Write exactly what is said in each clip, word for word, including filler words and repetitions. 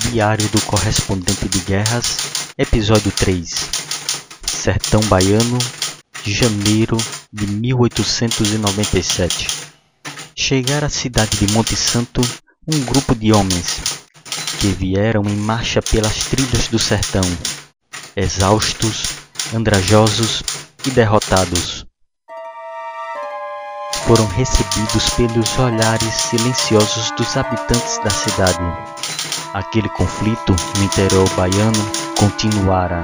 Diário do Correspondente de Guerras, Episódio três. Sertão Baiano, janeiro de mil oitocentos e noventa e sete. Chegara à cidade de Monte Santo um grupo de homens que vieram em marcha pelas trilhas do sertão, exaustos, andrajosos e derrotados. Foram recebidos pelos olhares silenciosos dos habitantes da cidade. Aquele conflito no interior baiano continuara.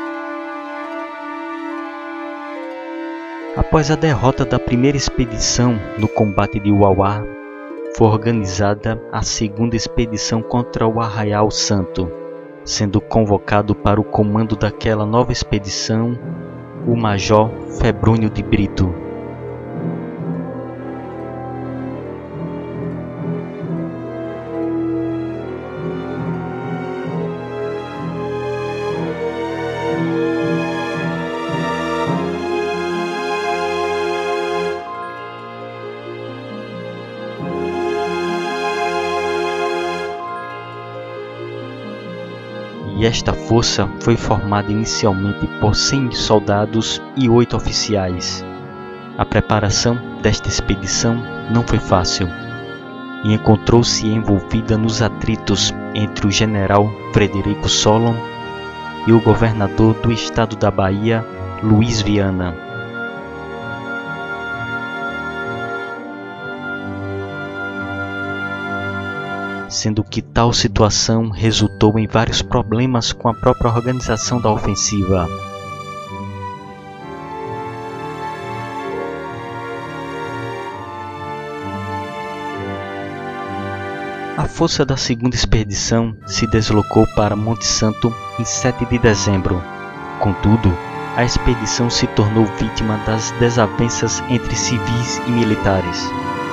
Após a derrota da primeira expedição no combate de Uauá, foi organizada a segunda expedição contra o Arraial Santo, sendo convocado para o comando daquela nova expedição o Major Febrônio de Brito. E esta força foi formada inicialmente por cem soldados e oito oficiais. A preparação desta expedição não foi fácil e encontrou-se envolvida nos atritos entre o general Frederico Solon e o governador do estado da Bahia, Luiz Viana. Sendo que tal situação resultou em vários problemas com a própria organização da ofensiva. A força da segunda expedição se deslocou para Monte Santo em sete de dezembro. Contudo, a expedição se tornou vítima das desavenças entre civis e militares.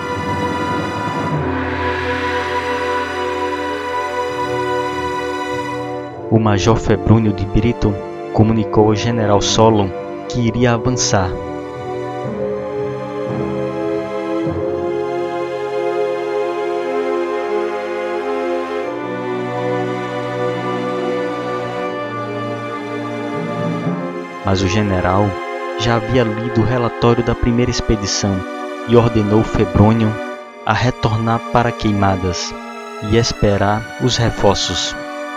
O Major Febrônio de Brito comunicou ao general Solon que iria avançar. Mas o general já havia lido o relatório da primeira expedição e ordenou Febrônio a retornar para Queimadas e esperar os reforços.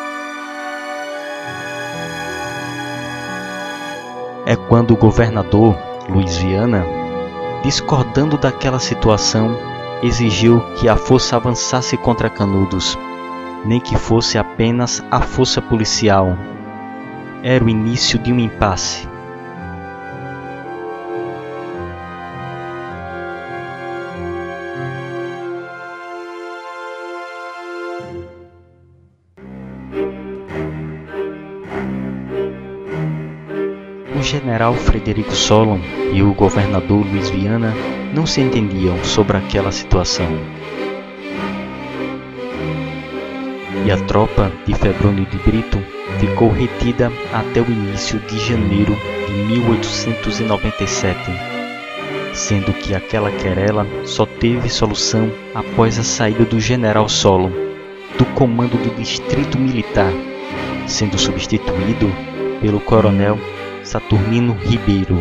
É quando o governador, Luiz Viana, discordando daquela situação, exigiu que a força avançasse contra Canudos, nem que fosse apenas a força policial. Era o início de um impasse. O general Frederico Solon e o governador Luiz Viana não se entendiam sobre aquela situação. E a tropa de Febrônio de Brito ficou retida até o início de janeiro de mil oitocentos e noventa e sete, sendo que aquela querela só teve solução após a saída do general Solon do comando do distrito militar, sendo substituído pelo coronel Saturnino Ribeiro.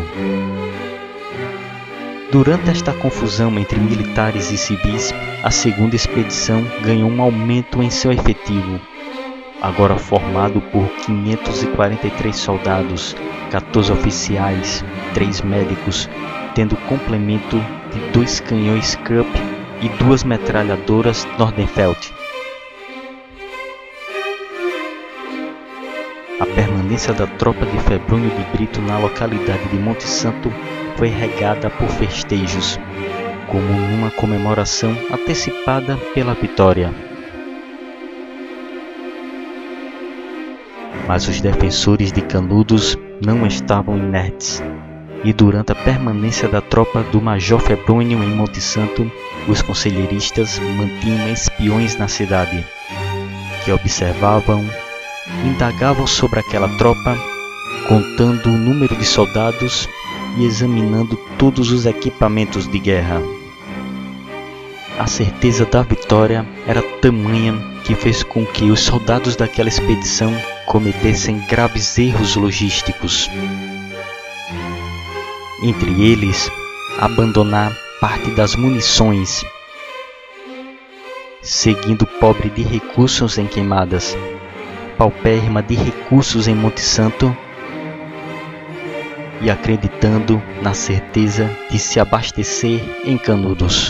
Durante esta confusão entre militares e civis, a segunda expedição ganhou um aumento em seu efetivo, agora formado por quinhentos e quarenta e três soldados, quatorze oficiais, três médicos, tendo complemento de dois canhões Krupp e duas metralhadoras Nordenfeldt. A permanência da tropa de Febrônio de Brito na localidade de Monte Santo foi regada por festejos, como numa comemoração antecipada pela vitória. Mas os defensores de Canudos não estavam inertes, e durante a permanência da tropa do Major Febrônio em Monte Santo, os conselheiristas mantinham espiões na cidade, que observavam, indagavam sobre aquela tropa, contando o número de soldados e examinando todos os equipamentos de guerra. a certeza da vitória era tamanha que fez com que os soldados daquela expedição cometessem graves erros logísticos. Entre eles, abandonar parte das munições, seguindo pobre de recursos em Queimadas, paupérrima de recursos em Monte Santo, e acreditando na certeza de se abastecer em Canudos.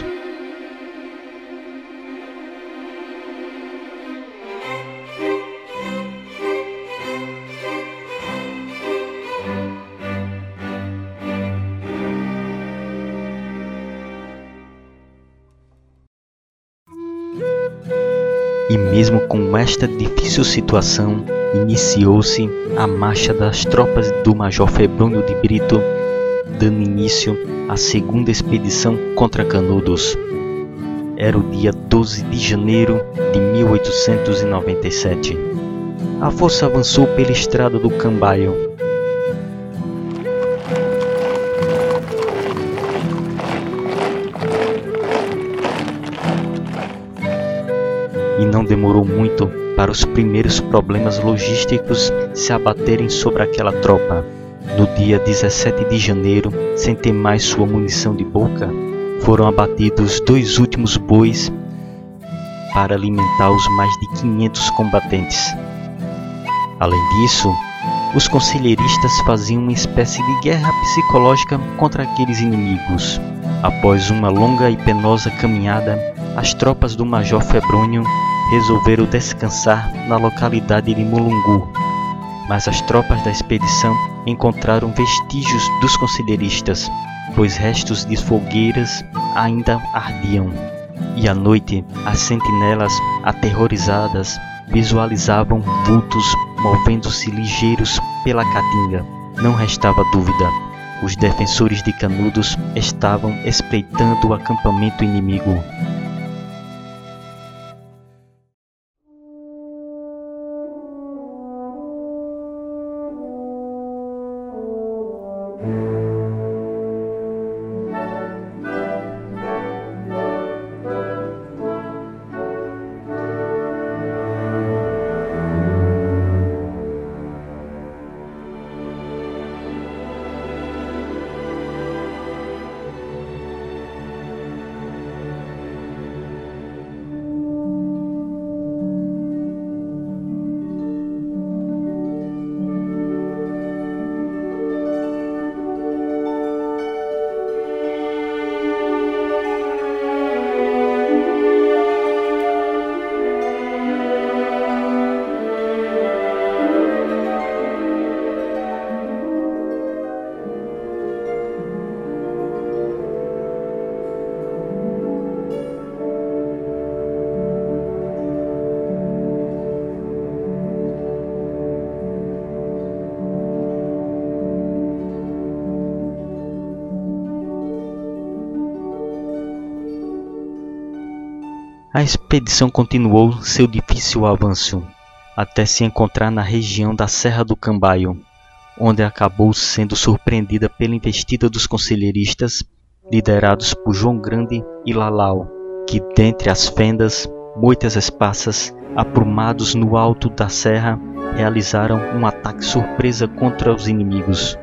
E mesmo com esta difícil situação, iniciou-se a marcha das tropas do Major Febrônio de Brito, dando início à segunda expedição contra Canudos. Era o dia doze de janeiro de mil oitocentos e noventa e sete. A força avançou pela estrada do Cambaio. E não demorou muito para os primeiros problemas logísticos se abaterem sobre aquela tropa. No dia dezessete de janeiro, sem ter mais sua munição de boca, foram abatidos dois últimos bois para alimentar os mais de quinhentos combatentes. Além disso, os conselheiristas faziam uma espécie de guerra psicológica contra aqueles inimigos. Após uma longa e penosa caminhada, as tropas do Major Febrônio resolveram descansar na localidade de Mulungu, mas as tropas da expedição encontraram vestígios dos conselheiristas, pois restos de fogueiras ainda ardiam. E à noite, as sentinelas, aterrorizadas, visualizavam vultos movendo-se ligeiros pela caatinga. Não restava dúvida, os defensores de Canudos estavam espreitando o acampamento inimigo. A expedição continuou seu difícil avanço, até se encontrar na região da Serra do Cambaio, onde acabou sendo surpreendida pela investida dos conselheiristas, liderados por João Grande e Lalau, que dentre as fendas, moitas esparsas, aprumados no alto da serra, realizaram um ataque surpresa contra os inimigos.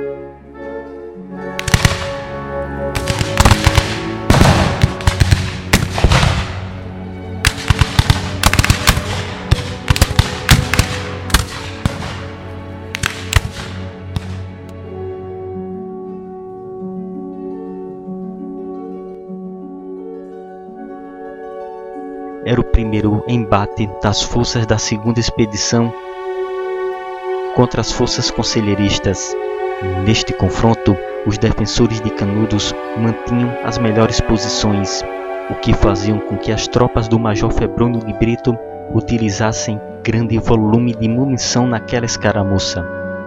Era o primeiro embate das forças da segunda expedição contra as forças conselheiristas. Neste confronto, os defensores de Canudos mantinham as melhores posições, o que faziam com que as tropas do Major Febrônio de Brito utilizassem grande volume de munição naquela escaramuça.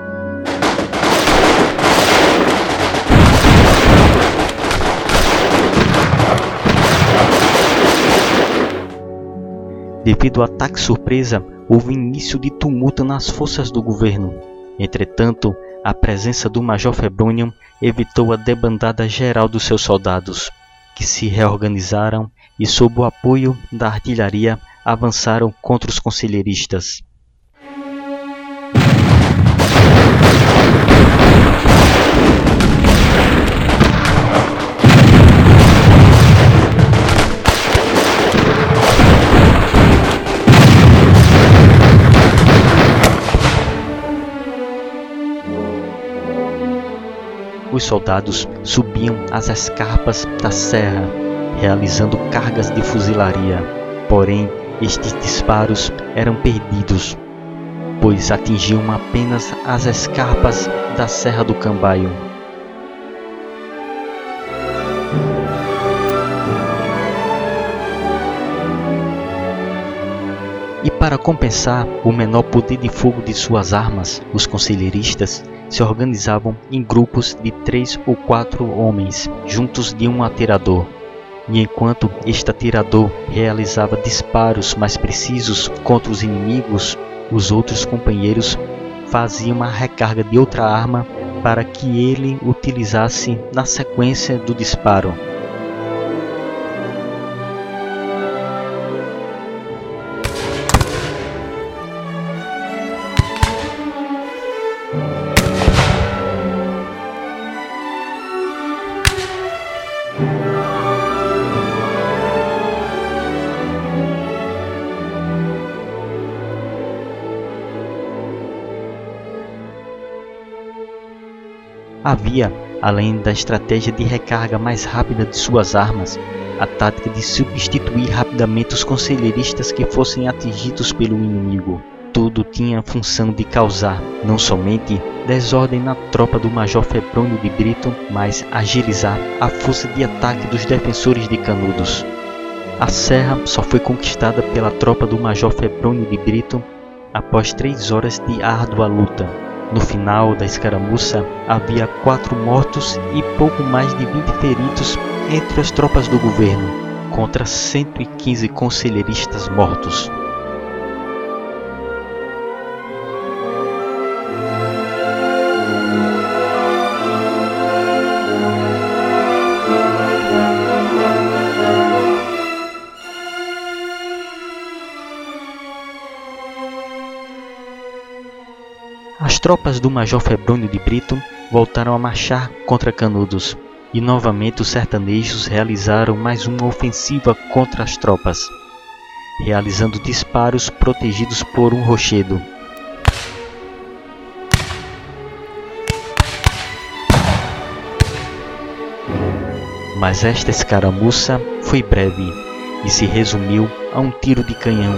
Devido ao ataque surpresa, houve início de tumulto nas forças do governo. Entretanto, a presença do Major Febrônio evitou a debandada geral dos seus soldados, que se reorganizaram e, sob o apoio da artilharia, avançaram contra os conselheiristas. Os soldados subiam as escarpas da serra, realizando cargas de fuzilaria. Porém, estes disparos eram perdidos, pois atingiam apenas as escarpas da Serra do Cambaio. E para compensar o menor poder de fogo de suas armas, os conselheiristas se organizavam em grupos de três ou quatro homens, juntos de um atirador. E enquanto este atirador realizava disparos mais precisos contra os inimigos, os outros companheiros faziam a recarga de outra arma para que ele utilizasse na sequência do disparo. Havia, além da estratégia de recarga mais rápida de suas armas, a tática de substituir rapidamente os conselheiristas que fossem atingidos pelo inimigo. Tudo tinha a função de causar, não somente desordem na tropa do Major Febrônio de Brito, mas agilizar a força de ataque dos defensores de Canudos. A serra só foi conquistada pela tropa do Major Febrônio de Brito após três horas de árdua luta. No final da escaramuça, havia quatro mortos e pouco mais de vinte feridos entre as tropas do governo, contra cento e quinze conselheiristas mortos. As tropas do Major Febrônio de Brito voltaram a marchar contra Canudos, e novamente os sertanejos realizaram mais uma ofensiva contra as tropas, realizando disparos protegidos por um rochedo. Mas esta escaramuça foi breve e se resumiu a um tiro de canhão.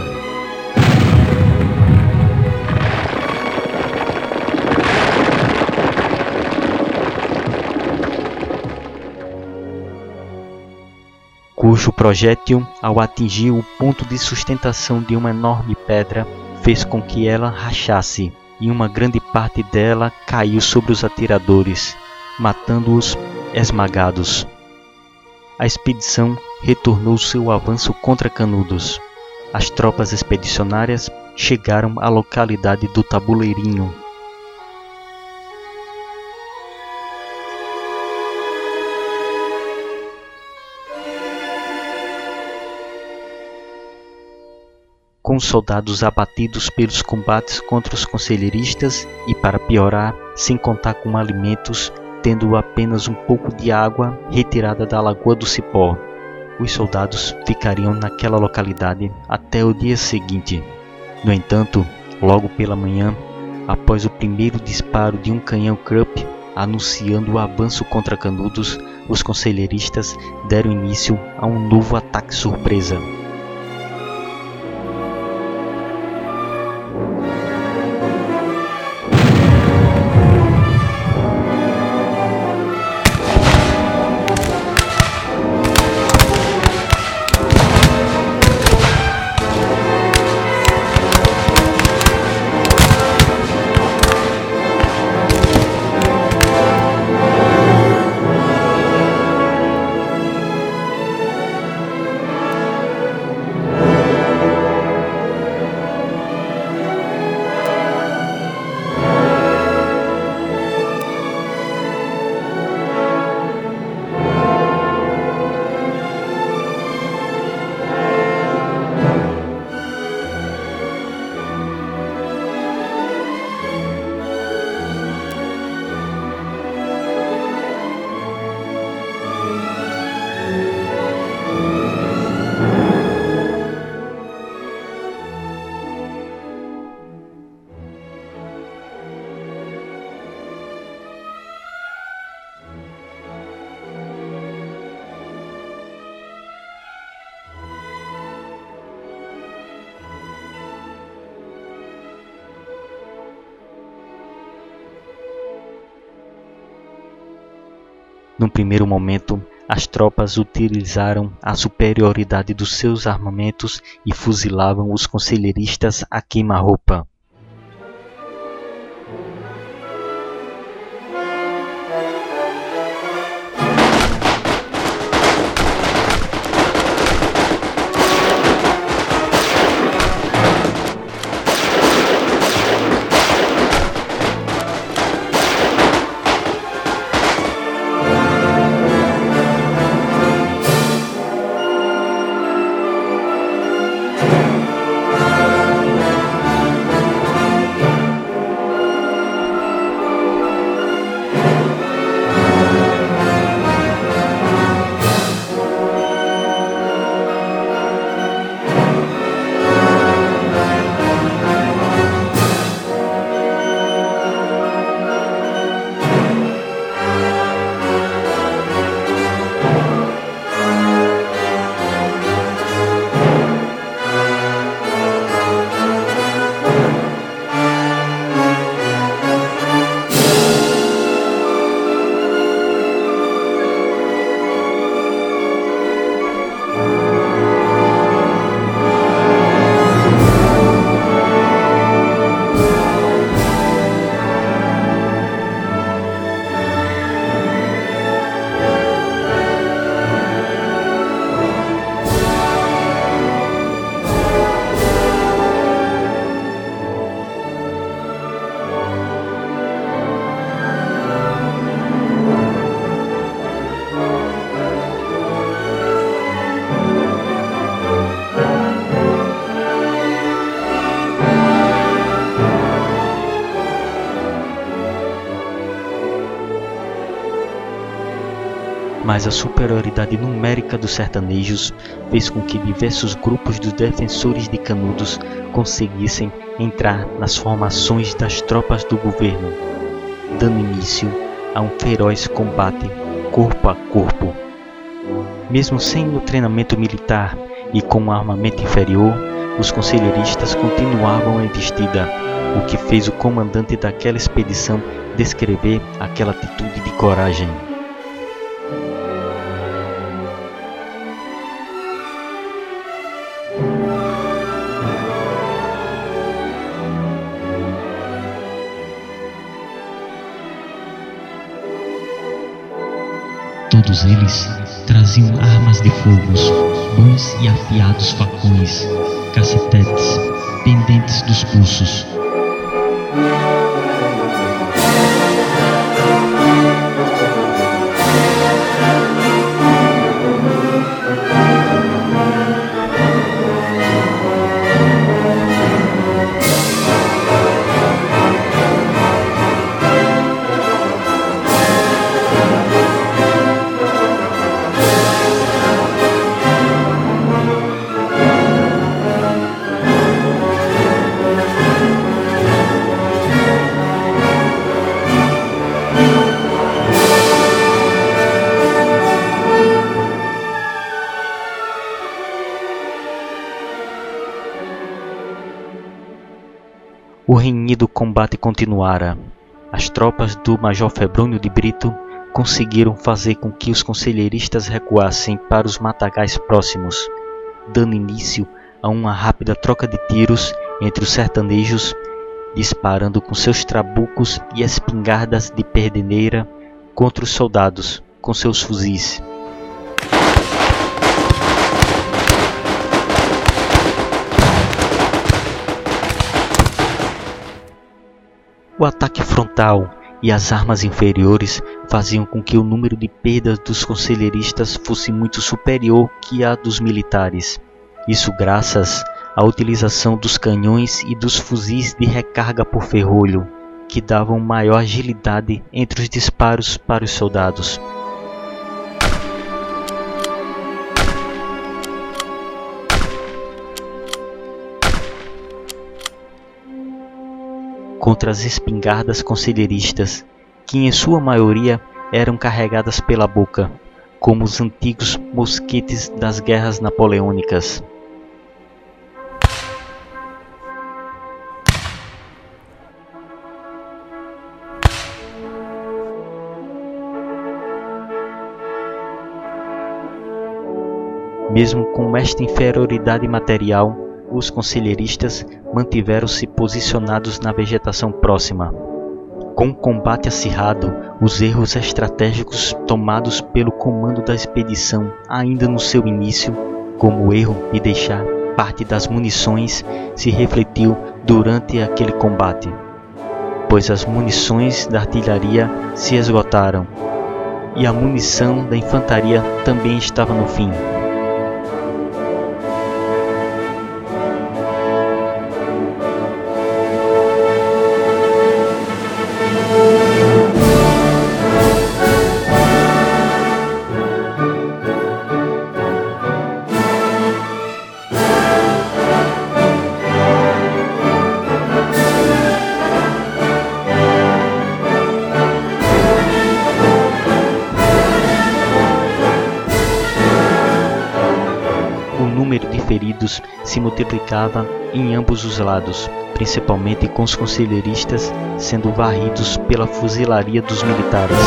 Cujo projétil, ao atingir o ponto de sustentação de uma enorme pedra, fez com que ela rachasse, e uma grande parte dela caiu sobre os atiradores, matando-os esmagados. A expedição retornou seu avanço contra Canudos. As tropas expedicionárias chegaram à localidade do Tabuleirinho. Com os soldados abatidos pelos combates contra os conselheiristas e, para piorar, sem contar com alimentos, tendo apenas um pouco de água retirada da Lagoa do Cipó. Os soldados ficariam naquela localidade até o dia seguinte. No entanto, logo pela manhã, após o primeiro disparo de um canhão Krupp anunciando o avanço contra Canudos, os conselheiristas deram início a um novo ataque surpresa. Num primeiro momento, as tropas utilizaram a superioridade dos seus armamentos e fuzilavam os conselheiristas a queima-roupa. Mas a superioridade numérica dos sertanejos fez com que diversos grupos dos defensores de Canudos conseguissem entrar nas formações das tropas do governo, dando início a um feroz combate corpo a corpo. Mesmo sem o treinamento militar e com um armamento inferior, os conselheiristas continuavam a investida, o que fez o comandante daquela expedição descrever aquela atitude de coragem. Todos eles traziam armas de fogos, bons e afiados facões, cacetetes, pendentes dos pulsos. O renhido combate continuara. As tropas do Major Febrônio de Brito conseguiram fazer com que os conselheiristas recuassem para os matagais próximos, dando início a uma rápida troca de tiros entre os sertanejos, disparando com seus trabucos e espingardas de perdeneira contra os soldados com seus fuzis. O ataque frontal e as armas inferiores faziam com que o número de perdas dos conselheiristas fosse muito superior que a dos militares. Isso graças à utilização dos canhões e dos fuzis de recarga por ferrolho, que davam maior agilidade entre os disparos para os soldados. Contra as espingardas conselheiristas, que em sua maioria eram carregadas pela boca, como os antigos mosquetes das guerras napoleônicas. Mesmo com esta inferioridade material, os conselheiristas mantiveram-se posicionados na vegetação próxima. Com o combate acirrado, os erros estratégicos tomados pelo comando da expedição ainda no seu início, como o erro de deixar parte das munições, se refletiu durante aquele combate, pois as munições da artilharia se esgotaram e a munição da infantaria também estava no fim. Feridos se multiplicava em ambos os lados, principalmente com os conselheiristas sendo varridos pela fuzilaria dos militares.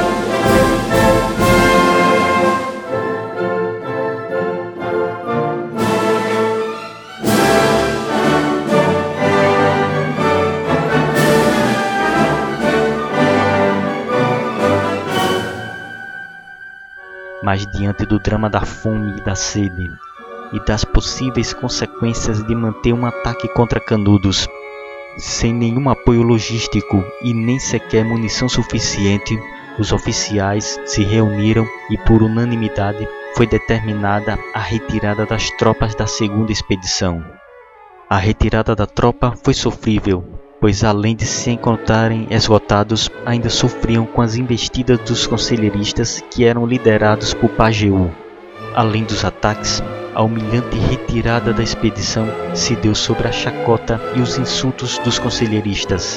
Mas diante do drama da fome e da sede, e das possíveis consequências de manter um ataque contra Canudos, sem nenhum apoio logístico e nem sequer munição suficiente, os oficiais se reuniram e por unanimidade foi determinada a retirada das tropas da segunda expedição. A retirada da tropa foi sofrível, pois além de se encontrarem esgotados, ainda sofriam com as investidas dos conselheiristas que eram liderados por Pajeú. Além dos ataques, a humilhante retirada da expedição se deu sobre a chacota e os insultos dos conselheiristas.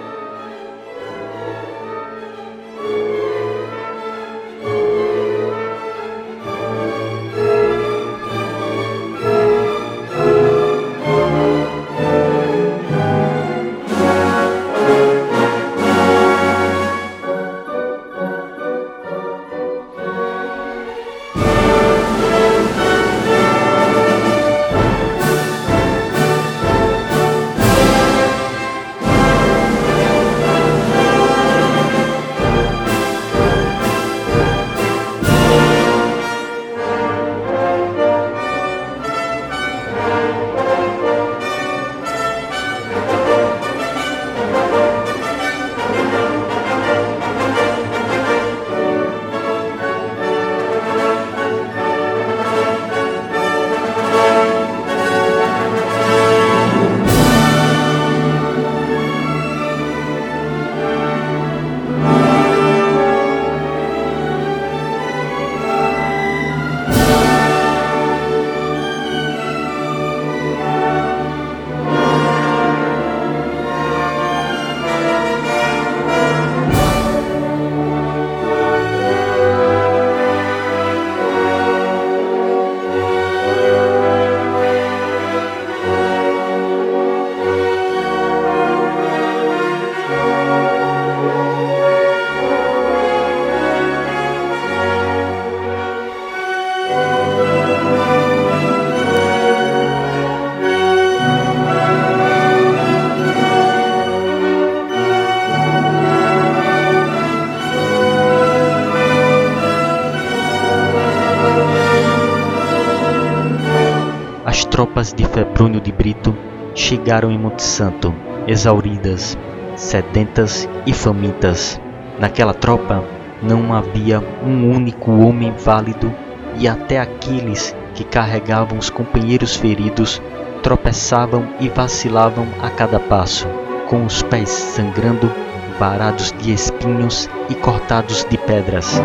As tropas de Febrônio de Brito chegaram em Monte Santo, exauridas, sedentas e famintas. Naquela tropa não havia um único homem válido e até aqueles que carregavam os companheiros feridos tropeçavam e vacilavam a cada passo, com os pés sangrando, varados de espinhos e cortados de pedras.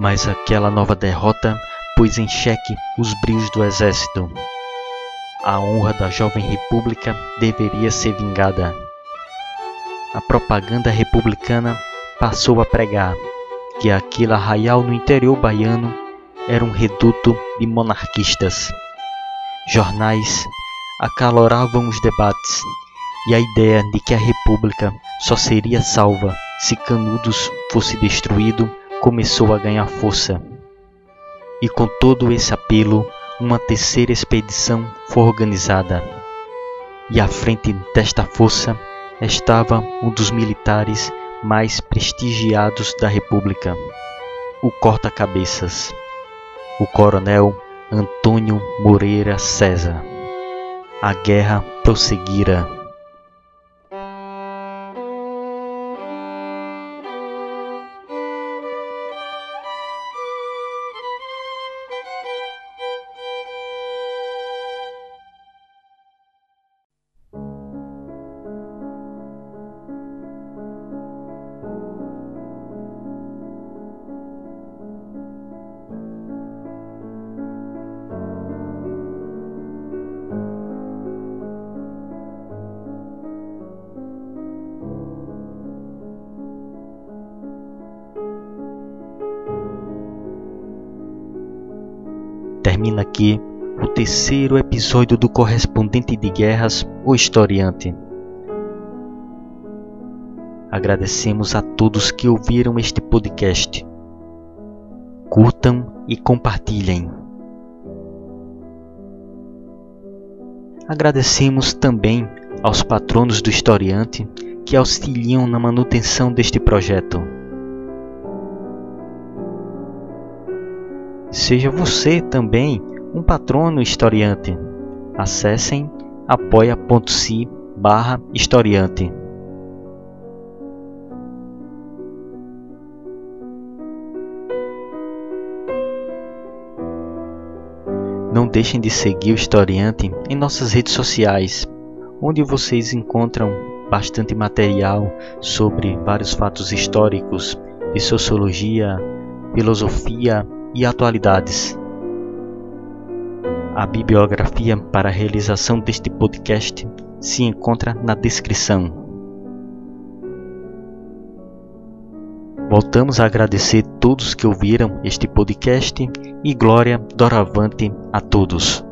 Mas aquela nova derrota pôs em xeque os brios do exército. A honra da jovem república deveria ser vingada. A propaganda republicana passou a pregar que aquele arraial no interior baiano era um reduto de monarquistas. Jornais acaloravam os debates e a ideia de que a república só seria salva se Canudos fosse destruído começou a ganhar força. E com todo esse apelo, uma terceira expedição foi organizada. E à frente desta força estava um dos militares mais prestigiados da República, o corta-cabeças, o coronel Antônio Moreira César. A guerra prosseguira. Termina aqui o terceiro episódio do Correspondente de Guerras, o Historiante. Agradecemos a todos que ouviram este podcast. Curtam e compartilhem. Agradecemos também aos patronos do Historiante que auxiliam na manutenção deste projeto. Seja você também um patrono historiante. Acessem apoia.se barra historiante. Não deixem de seguir o Historiante em nossas redes sociais, onde vocês encontram bastante material sobre vários fatos históricos, de sociologia, filosofia e atualidades. A bibliografia para a realização deste podcast se encontra na descrição. Voltamos a agradecer todos que ouviram este podcast e glória doravante a todos.